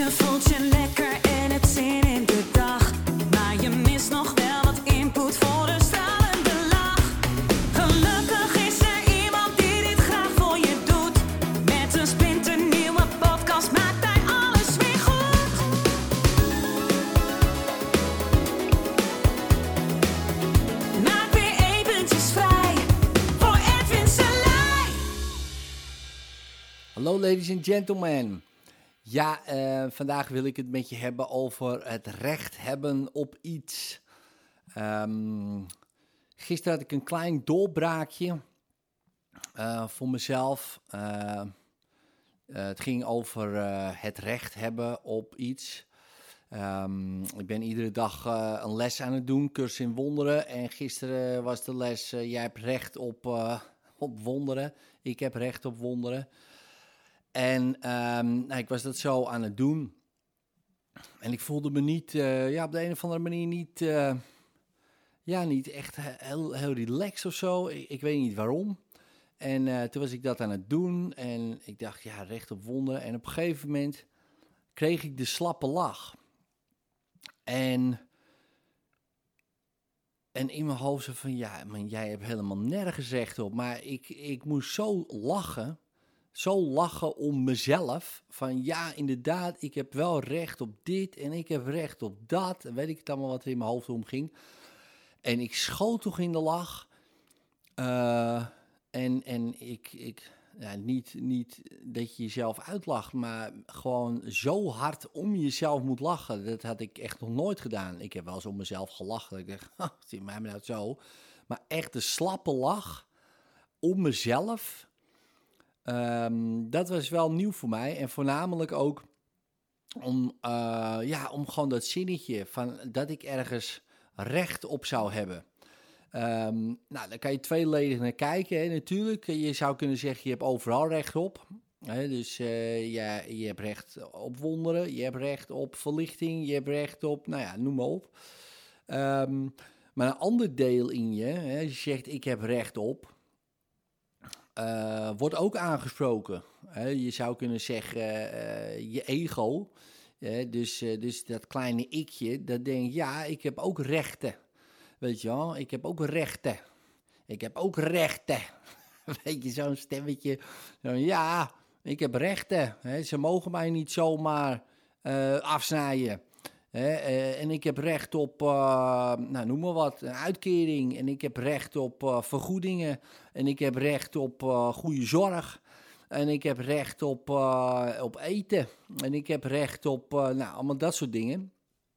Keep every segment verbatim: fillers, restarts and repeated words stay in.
Je voelt je lekker en hebt zin in de dag. Maar je mist nog wel wat input voor een stralende lach. Gelukkig is er iemand die dit graag voor je doet. Met een splinternieuwe podcast maakt hij alles weer goed. Maak weer eventjes vrij voor Edwin Selei. Hallo ladies and gentlemen. Ja, uh, vandaag wil ik het met je hebben over het recht hebben op iets. Um, gisteren had ik een klein doorbraakje uh, voor mezelf. Uh, uh, het ging over uh, het recht hebben op iets. Um, ik ben iedere dag uh, een les aan het doen, cursus in wonderen. En gisteren was de les, uh, jij hebt recht op, uh, op wonderen. Ik heb recht op wonderen. En um, nou, ik was dat zo aan het doen. En ik voelde me niet, uh, ja, op de een of andere manier niet, uh, ja, niet echt heel, heel relaxed of zo. Ik, ik weet niet waarom. En uh, toen was ik dat aan het doen. En ik dacht, ja, recht op wonderen. En op een gegeven moment kreeg ik de slappe lach. En, en in mijn hoofd zo van, ja, man, jij hebt helemaal nergens recht op. Maar ik, ik moest zo lachen. Zo lachen om mezelf, van ja, inderdaad, ik heb wel recht op dit en ik heb recht op dat. En weet ik het allemaal wat er in mijn hoofd omging. En ik schoot toch in de lach. Uh, en en ik, ik ja, niet, niet dat je jezelf uitlacht, maar gewoon zo hard om jezelf moet lachen. Dat had ik echt nog nooit gedaan. Ik heb wel eens om mezelf gelachen. Ik dacht, oh, zie mij nou zo. Maar echt de slappe lach om mezelf. Um, dat was wel nieuw voor mij en voornamelijk ook om, uh, ja, om gewoon dat zinnetje van dat ik ergens recht op zou hebben. Um, nou, daar kan je tweeledig naar kijken, hè, natuurlijk. Je zou kunnen zeggen, je hebt overal recht op. Hè, dus uh, ja, je hebt recht op wonderen, je hebt recht op verlichting, je hebt recht op, nou ja, noem maar op. Um, maar een ander deel in je, hè, als je zegt, ik heb recht op... Uh, wordt ook aangesproken. Hè? Je zou kunnen zeggen, uh, je ego. Uh, dus, uh, dus dat kleine ikje, dat denkt, ja, ik heb ook rechten. Weet je wel, ik heb ook rechten. Ik heb ook rechten. Weet je, zo'n stemmetje. Zo, ja, ik heb rechten. Hè? Ze mogen mij niet zomaar uh, afsnijden. He, uh, en ik heb recht op, uh, nou noem maar wat, een uitkering. En ik heb recht op uh, vergoedingen. En ik heb recht op uh, goede zorg. En ik heb recht op, uh, op eten. En ik heb recht op, uh, nou, allemaal dat soort dingen.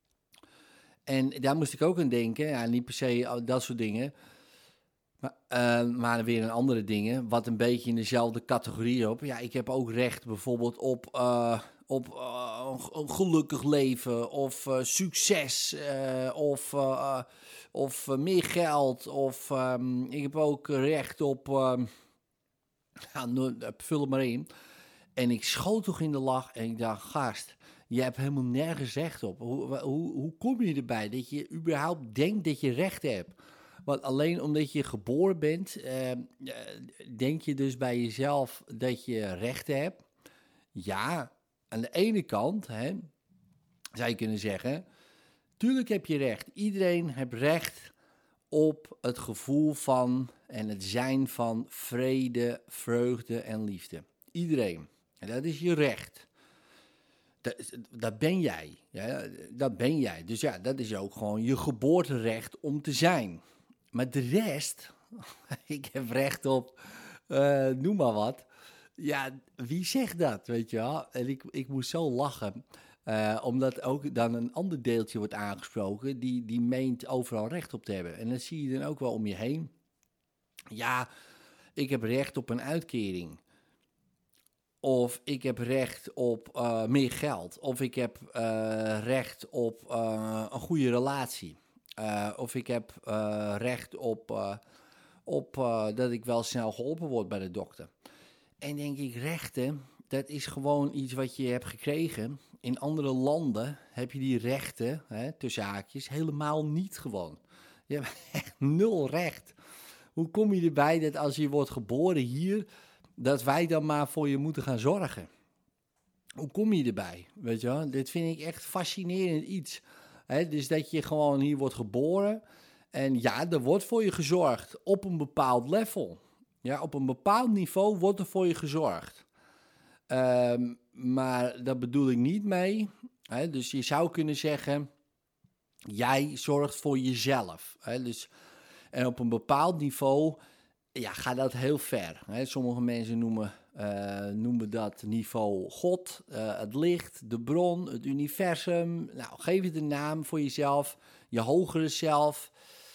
En daar moest ik ook aan denken. Ja, niet per se dat soort dingen. Maar, uh, maar weer een andere dingen. Wat een beetje in dezelfde categorie op. Ja, ik heb ook recht bijvoorbeeld op... Uh, op uh, een gelukkig leven, of uh, succes, uh, of, uh, of uh, meer geld, of um, ik heb ook recht op, uh, ja, no, vul het maar in. En ik schoot toch in de lach en ik dacht, gast, je hebt helemaal nergens recht op. Hoe, hoe, hoe kom je erbij dat je überhaupt denkt dat je recht hebt? Want alleen omdat je geboren bent, uh, denk je dus bij jezelf dat je rechten hebt. Ja, aan de ene kant, hè, zou je kunnen zeggen, tuurlijk heb je recht. Iedereen heeft recht op het gevoel van en het zijn van vrede, vreugde en liefde. Iedereen. En dat is je recht. Dat, dat ben jij. Ja, dat ben jij. Dus ja, dat is ook gewoon je geboorterecht om te zijn. Maar de rest, ik heb recht op, uh, noem maar wat. Ja, wie zegt dat, weet je wel? En ik, ik moest zo lachen, uh, omdat ook dan een ander deeltje wordt aangesproken, die, die meent overal recht op te hebben. En dat zie je dan ook wel om je heen. Ja, ik heb recht op een uitkering. Of ik heb recht op uh, meer geld. Of ik heb uh, recht op uh, een goede relatie. Uh, of ik heb uh, recht op, uh, op uh, dat ik wel snel geholpen word bij de dokter. En denk ik, rechten, dat is gewoon iets wat je hebt gekregen. In andere landen heb je die rechten, hè, tussen haakjes, helemaal niet gewoon. Je hebt echt nul recht. Hoe kom je erbij dat als je wordt geboren hier, dat wij dan maar voor je moeten gaan zorgen? Hoe kom je erbij? Weet je wel? Dit vind ik echt fascinerend iets. Hè, dus dat je gewoon hier wordt geboren. En ja, er wordt voor je gezorgd op een bepaald level. Ja, op een bepaald niveau wordt er voor je gezorgd. Um, maar daar bedoel ik niet mee. Hè, dus je zou kunnen zeggen, jij zorgt voor jezelf. Hè, dus, en op een bepaald niveau, ja, gaat dat heel ver. Hè. Sommige mensen noemen, uh, noemen dat niveau God, uh, het licht, de bron, het universum. Nou, geef het een naam voor jezelf, je hogere zelf,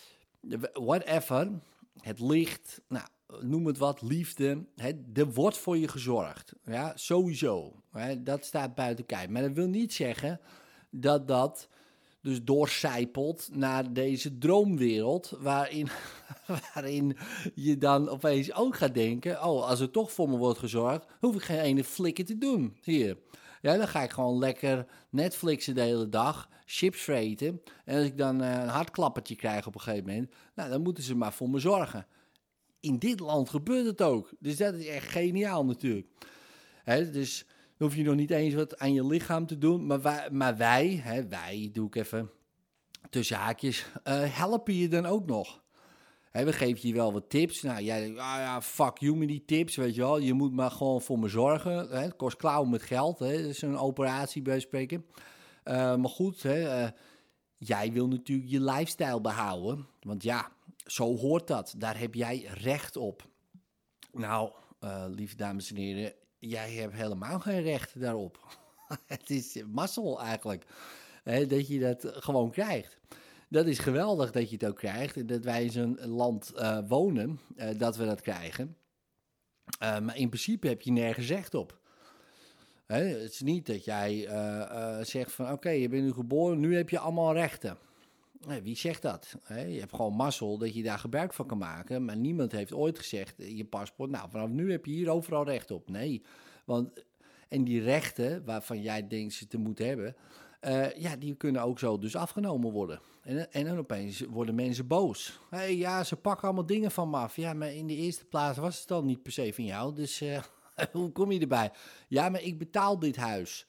whatever. Het licht, nou, noem het wat, liefde. Hè, er wordt voor je gezorgd. Ja, sowieso. Hè, dat staat buiten kijf. Maar dat wil niet zeggen dat dat dus doorcijpelt naar deze droomwereld, waarin, waarin je dan opeens ook gaat denken, oh, als er toch voor me wordt gezorgd, hoef ik geen ene flikker te doen hier. Ja, dan ga ik gewoon lekker Netflixen de hele dag, chips vreten. En als ik dan uh, een hartklappertje krijg op een gegeven moment, nou, dan moeten ze maar voor me zorgen. In dit land gebeurt het ook. Dus dat is echt geniaal natuurlijk. Hè, dus dan hoef je nog niet eens wat aan je lichaam te doen. Maar wij, maar wij, hè, wij doe ik even tussen haakjes, uh, helpen je dan ook nog. Hè, we geven je wel wat tips. Nou, jij denkt, ah ja, fuck you met die tips, weet je wel. Je moet maar gewoon voor me zorgen. Hè. Het kost klauwen met geld. Hè. Dat is een operatie bij spreken. Uh, maar goed, hè, uh, jij wil natuurlijk je lifestyle behouden. Want ja, zo hoort dat. Daar heb jij recht op. Nou, uh, lieve dames en heren, jij hebt helemaal geen recht daarop. Het is mazzel eigenlijk, hè, dat je dat gewoon krijgt. Dat is geweldig dat je het ook krijgt. Dat wij in zo'n land uh, wonen, uh, dat we dat krijgen. Uh, maar in principe heb je nergens recht op. Hè, het is niet dat jij uh, uh, zegt van oké, okay, je bent nu geboren, nu heb je allemaal rechten. Nee, wie zegt dat? Je hebt gewoon mazzel dat je daar gebruik van kan maken. Maar niemand heeft ooit gezegd, je paspoort, nou, vanaf nu heb je hier overal recht op. Nee, want en die rechten waarvan jij denkt ze te moeten hebben, uh, ja, die kunnen ook zo dus afgenomen worden. En, en dan opeens worden mensen boos. Hé, hey, ja, ze pakken allemaal dingen van me af. Ja, maar in de eerste plaats was het dan niet per se van jou. Dus uh, hoe kom je erbij? Ja, maar ik betaal dit huis.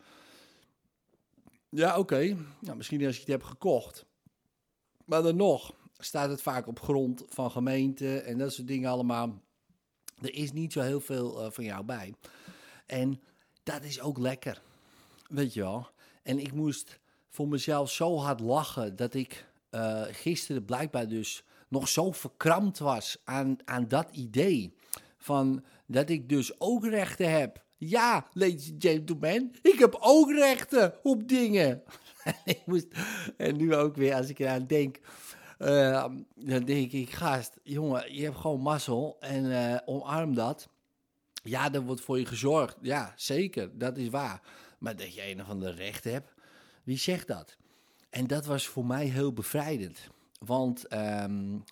Ja, oké. Okay. Nou, misschien als je het hebt gekocht. Maar dan nog staat het vaak op grond van gemeenten en dat soort dingen allemaal. Er is niet zo heel veel uh, van jou bij. En dat is ook lekker, weet je wel. En ik moest voor mezelf zo hard lachen dat ik uh, gisteren blijkbaar dus nog zo verkrampt was aan, aan dat idee. Van dat ik dus ook rechten heb. Ja, ladies and gentlemen, ik heb ook rechten op dingen. En, ik moest, en nu ook weer, als ik eraan denk, uh, dan denk ik, gast, jongen, je hebt gewoon mazzel en uh, omarm dat. Ja, er wordt voor je gezorgd. Ja, zeker, dat is waar. Maar dat je een of andere recht hebt, wie zegt dat? En dat was voor mij heel bevrijdend. Want um,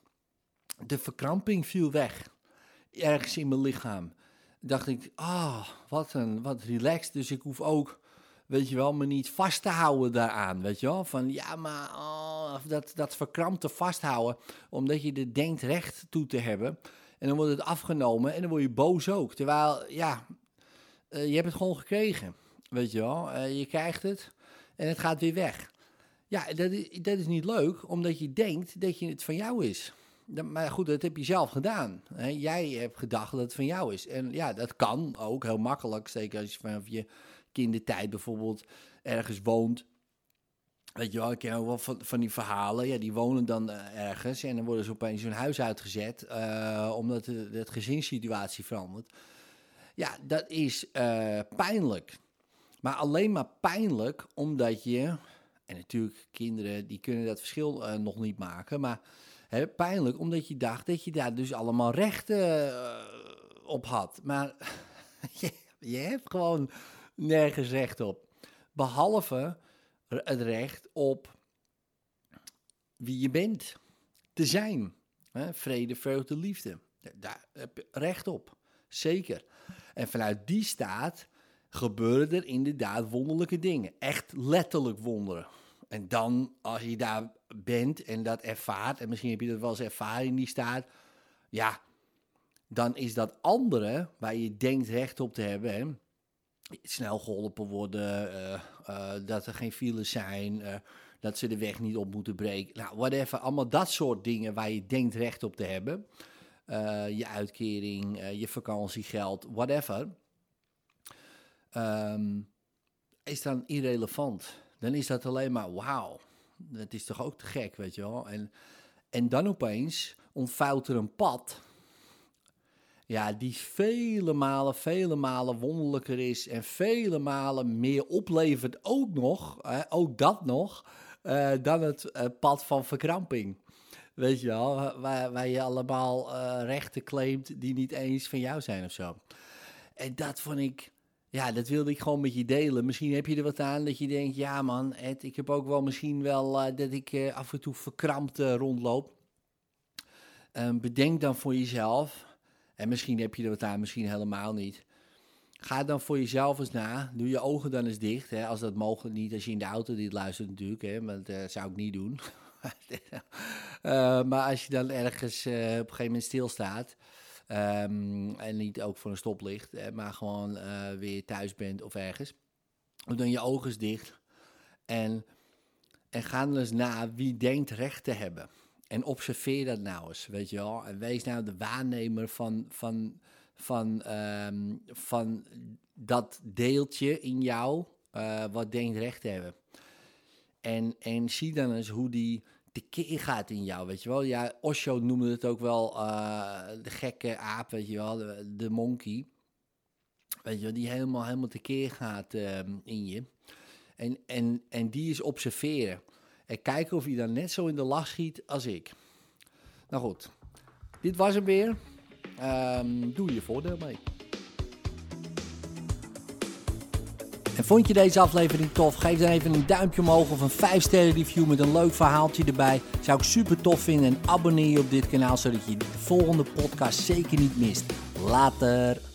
de verkramping viel weg. Ergens in mijn lichaam. Dacht ik, ah, oh, wat een, wat relaxed. Dus ik hoef ook, weet je wel, me niet vast te houden daaraan, weet je wel. Van, ja, maar oh, dat, dat verkrampte vasthouden, omdat je er denkt recht toe te hebben. En dan wordt het afgenomen en dan word je boos ook. Terwijl, ja, uh, je hebt het gewoon gekregen, weet je wel. Uh, je krijgt het en het gaat weer weg. Ja, dat is, dat is niet leuk, omdat je denkt dat je het van jou is. Maar goed, dat heb je zelf gedaan. Hè? Jij hebt gedacht dat het van jou is. En ja, dat kan ook heel makkelijk. Zeker als je vanaf je kindertijd bijvoorbeeld ergens woont. Weet je wel, ik ken ook wel van, van die verhalen. Ja, die wonen dan uh, ergens en dan worden ze opeens hun huis uitgezet. Uh, omdat de, de gezinssituatie verandert. Ja, dat is uh, pijnlijk. Maar alleen maar pijnlijk omdat je... En natuurlijk, kinderen die kunnen dat verschil uh, nog niet maken, maar... He, pijnlijk, omdat je dacht dat je daar dus allemaal rechten uh, op had. Maar je, je hebt gewoon nergens recht op. Behalve het recht op wie je bent. Te zijn. He, vrede, vreugde, liefde. Daar heb je recht op. Zeker. En vanuit die staat gebeuren er inderdaad wonderlijke dingen. Echt letterlijk wonderen. En dan, als je daar bent en dat ervaart, en misschien heb je dat wel eens ervaren in die staat, ja, dan is dat andere, waar je denkt recht op te hebben, hè, snel geholpen worden, uh, uh, dat er geen files zijn, uh, dat ze de weg niet op moeten breken. Nou, whatever, allemaal dat soort dingen waar je denkt recht op te hebben. Uh, je uitkering, uh, je vakantiegeld, whatever. Um, is dan irrelevant. Dan is dat alleen maar wauw. Dat is toch ook te gek, weet je wel. En, en dan opeens ontvouwt er een pad... Ja, die vele malen, vele malen wonderlijker is en vele malen meer oplevert ook nog, hè, ook dat nog, uh, dan het uh, pad van verkramping. Weet je wel, waar, waar je allemaal uh, rechten claimt die niet eens van jou zijn of zo. En dat vond ik, ja, dat wilde ik gewoon met je delen. Misschien heb je er wat aan dat je denkt, ja man, Ed, ik heb ook wel misschien wel uh, dat ik uh, af en toe verkrampt uh, rondloop. Um, bedenk dan voor jezelf... En misschien heb je er wat aan, misschien helemaal niet. Ga dan voor jezelf eens na. Doe je ogen dan eens dicht. Hè, als dat mogelijk niet, als je in de auto dit luistert natuurlijk. Hè, want dat uh, zou ik niet doen. uh, maar als je dan ergens uh, op een gegeven moment stilstaat. Um, en niet ook voor een stoplicht. Hè, maar gewoon uh, weer thuis bent of ergens. Doe dan je ogen eens dicht. En, en ga dan eens na wie denkt recht te hebben. En observeer dat nou eens, weet je wel. En wees nou de waarnemer van, van, van, um, van dat deeltje in jou uh, wat denkt recht te hebben. En, en zie dan eens hoe die tekeer gaat in jou, weet je wel. Ja, Osho noemde het ook wel uh, de gekke aap, weet je wel, de, de monkey. Weet je wel, die helemaal, helemaal tekeer gaat uh, in je. En, en, en die is observeren. En kijken of je dan net zo in de lach schiet als ik. Nou goed, dit was hem weer. Um, doe je voordeel mee. En vond je deze aflevering tof? Geef dan even een duimpje omhoog of een vijf sterren review met een leuk verhaaltje erbij. Zou ik super tof vinden. En abonneer je op dit kanaal zodat je de volgende podcast zeker niet mist. Later.